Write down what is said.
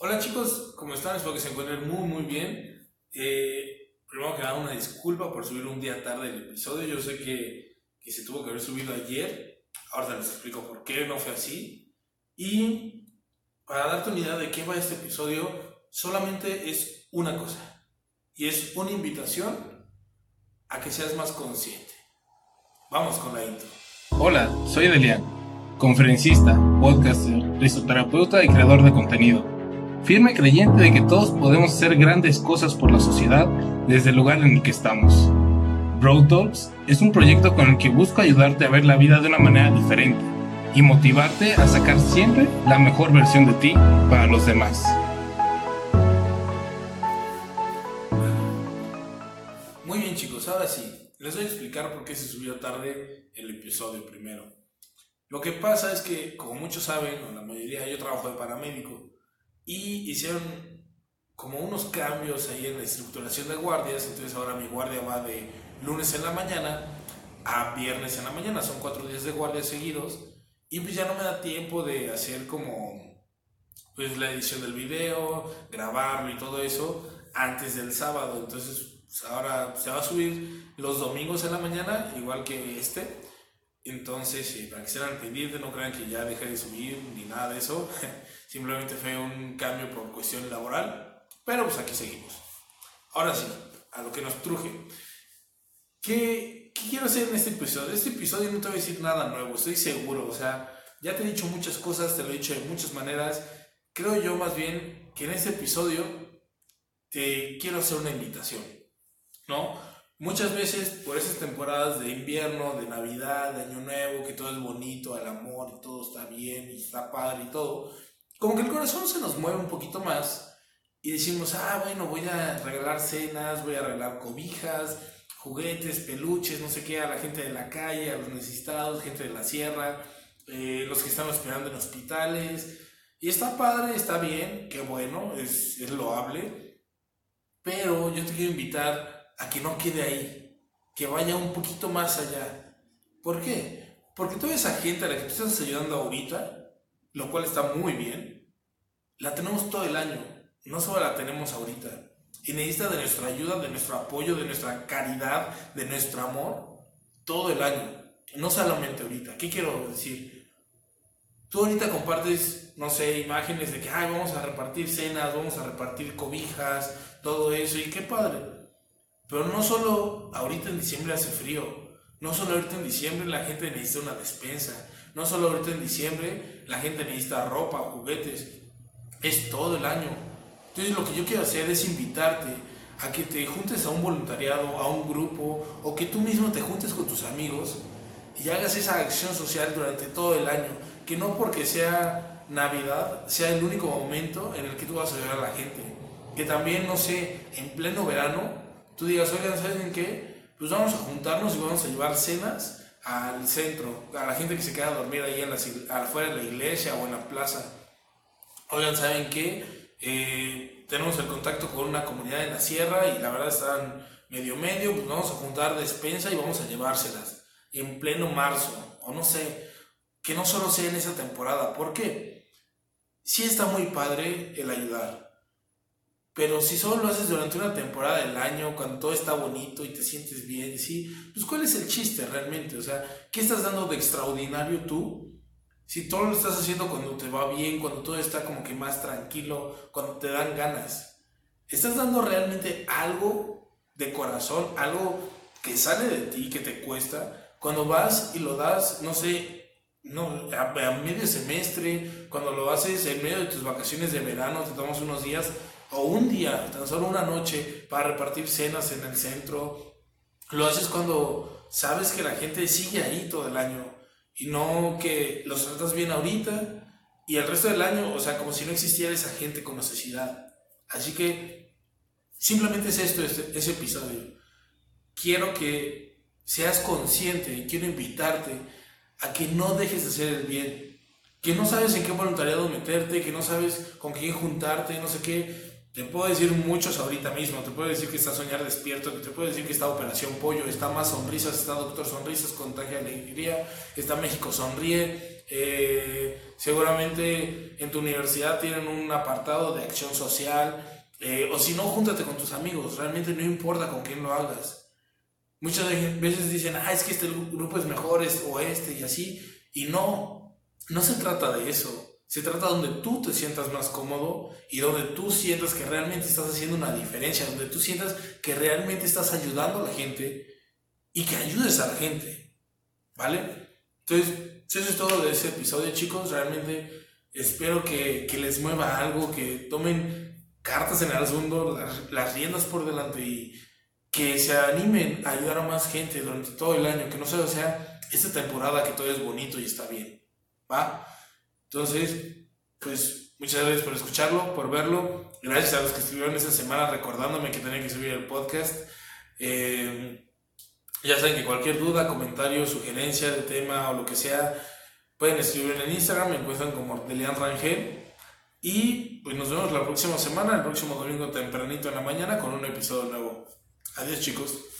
Hola chicos, ¿cómo están? Espero que se encuentren muy bien. Primero que nada, una disculpa por subir un día tarde el episodio. Yo sé que se tuvo que haber subido ayer. Ahora les explico por qué no fue así. Y para darte una idea de qué va este episodio, solamente es una cosa. Y es una invitación a que seas más consciente. Vamos con la intro. Hola, soy Delian, conferencista, podcaster, risoterapeuta y creador de contenido. Firme creyente de que todos podemos hacer grandes cosas por la sociedad desde el lugar en el que estamos. Bro Talks es un proyecto con el que busco ayudarte a ver la vida de una manera diferente y motivarte a sacar siempre la mejor versión de ti para los demás. Muy bien chicos, ahora sí, les voy a explicar por qué se subió tarde el episodio primero. Lo que pasa es que, como muchos saben, o la mayoría, yo trabajo de paramédico y hicieron como unos cambios ahí en la estructuración de guardias. Entonces ahora mi guardia va de lunes en la mañana a viernes en la mañana, son 4 días de guardia seguidos, y pues ya no me da tiempo de hacer como pues la edición del video, grabarlo y todo eso antes del sábado. Entonces pues ahora se va a subir los domingos en la mañana, igual que este. Entonces, para que estén al pendiente, no crean que ya dejé de subir ni nada de eso. Simplemente fue un cambio por cuestión laboral. Pero pues aquí seguimos. Ahora sí, a lo que nos truje. ¿Qué quiero hacer en este episodio? Este episodio no te voy a decir nada nuevo, estoy seguro. O sea, ya te he dicho muchas cosas, te lo he dicho de muchas maneras. Creo yo más bien que en este episodio te quiero hacer una invitación, ¿no? Muchas veces por esas temporadas de invierno, de Navidad, de Año Nuevo, que todo es bonito, el amor y todo está bien y está padre y todo, como que el corazón se nos mueve un poquito más y decimos, bueno, voy a regalar cenas, voy a regalar cobijas, juguetes, peluches, no sé qué, a la gente de la calle, a los necesitados, gente de la sierra, los que están esperando en hospitales. Y está padre, está bien, qué bueno, es loable, pero yo te quiero invitar a que no quede ahí, que vaya un poquito más allá. ¿Por qué? Porque toda esa gente a la que tú estás ayudando ahorita, lo cual está muy bien, la tenemos todo el año, no solo la tenemos ahorita. Y necesita de nuestra ayuda, de nuestro apoyo, de nuestra caridad, de nuestro amor, todo el año, no solamente ahorita. ¿Qué quiero decir? Tú ahorita compartes, no sé, imágenes de que vamos a repartir cenas, vamos a repartir cobijas, todo eso, y qué padre. Pero no solo ahorita en diciembre hace frío, no solo ahorita en diciembre la gente necesita una despensa, no solo ahorita en diciembre la gente necesita ropa, juguetes, es todo el año. Entonces lo que yo quiero hacer es invitarte a que te juntes a un voluntariado, a un grupo, o que tú mismo te juntes con tus amigos y hagas esa acción social durante todo el año, que no porque sea Navidad sea el único momento en el que tú vas a ayudar a la gente, que también, no sé, en pleno verano tú digas, oigan, ¿saben qué? Pues vamos a juntarnos y vamos a llevar cenas al centro, a la gente que se queda a dormir ahí afuera de la iglesia o en la plaza. Oigan, ¿saben qué? Tenemos el contacto con una comunidad en la sierra y la verdad están medio, pues vamos a juntar despensa y vamos a llevárselas en pleno marzo, o no sé, que no solo sea en esa temporada. ¿Por qué? Sí está muy padre el ayudar, pero si solo lo haces durante una temporada del año, cuando todo está bonito y te sientes bien, ¿sí? Pues ¿cuál es el chiste realmente? O sea, ¿qué estás dando de extraordinario tú? Si todo lo estás haciendo cuando te va bien, cuando todo está como que más tranquilo, cuando te dan ganas. ¿Estás dando realmente algo de corazón, algo que sale de ti, que te cuesta? Cuando vas y lo das, no sé, no, a medio semestre, cuando lo haces en medio de tus vacaciones de verano, te tomas unos días o un día, tan solo una noche, para repartir cenas en el centro. Lo haces cuando sabes que la gente sigue ahí todo el año y no que los tratas bien ahorita y el resto del año, o sea, como si no existiera esa gente con necesidad. Así que simplemente es esto, ese episodio. Quiero que seas consciente y quiero invitarte a que no dejes de hacer el bien, que no sabes en qué voluntariado meterte, que no sabes con quién juntarte, no sé qué. Te puedo decir muchos ahorita mismo, te puedo decir que está Soñar Despierto, te puedo decir que está Operación Pollo, está Más Sonrisas, está Doctor Sonrisas, Contagia Alegría, está México Sonríe, seguramente en tu universidad tienen un apartado de acción social, o si no, júntate con tus amigos, realmente no importa con quién lo hagas. Muchas veces dicen, es que este grupo es mejor, o y así, y no se trata de eso. Se trata donde tú te sientas más cómodo y donde tú sientas que realmente estás haciendo una diferencia, donde tú sientas que realmente estás ayudando a la gente y que ayudes a la gente, ¿vale? Entonces, eso es todo de ese episodio, chicos. Realmente espero que les mueva algo, que tomen cartas en el asunto, las riendas por delante y que se animen a ayudar a más gente durante todo el año, que no solo sea esta temporada que todo es bonito y está bien, ¿va? Entonces, pues muchas gracias por escucharlo, por verlo. Gracias a los que estuvieron esta semana recordándome que tenía que subir el podcast. Ya saben que cualquier duda, comentario, sugerencia de tema o lo que sea, pueden escribir en Instagram, me encuentran como Delian Rangel. Y pues nos vemos la próxima semana, el próximo domingo tempranito en la mañana con un episodio nuevo. Adiós, chicos.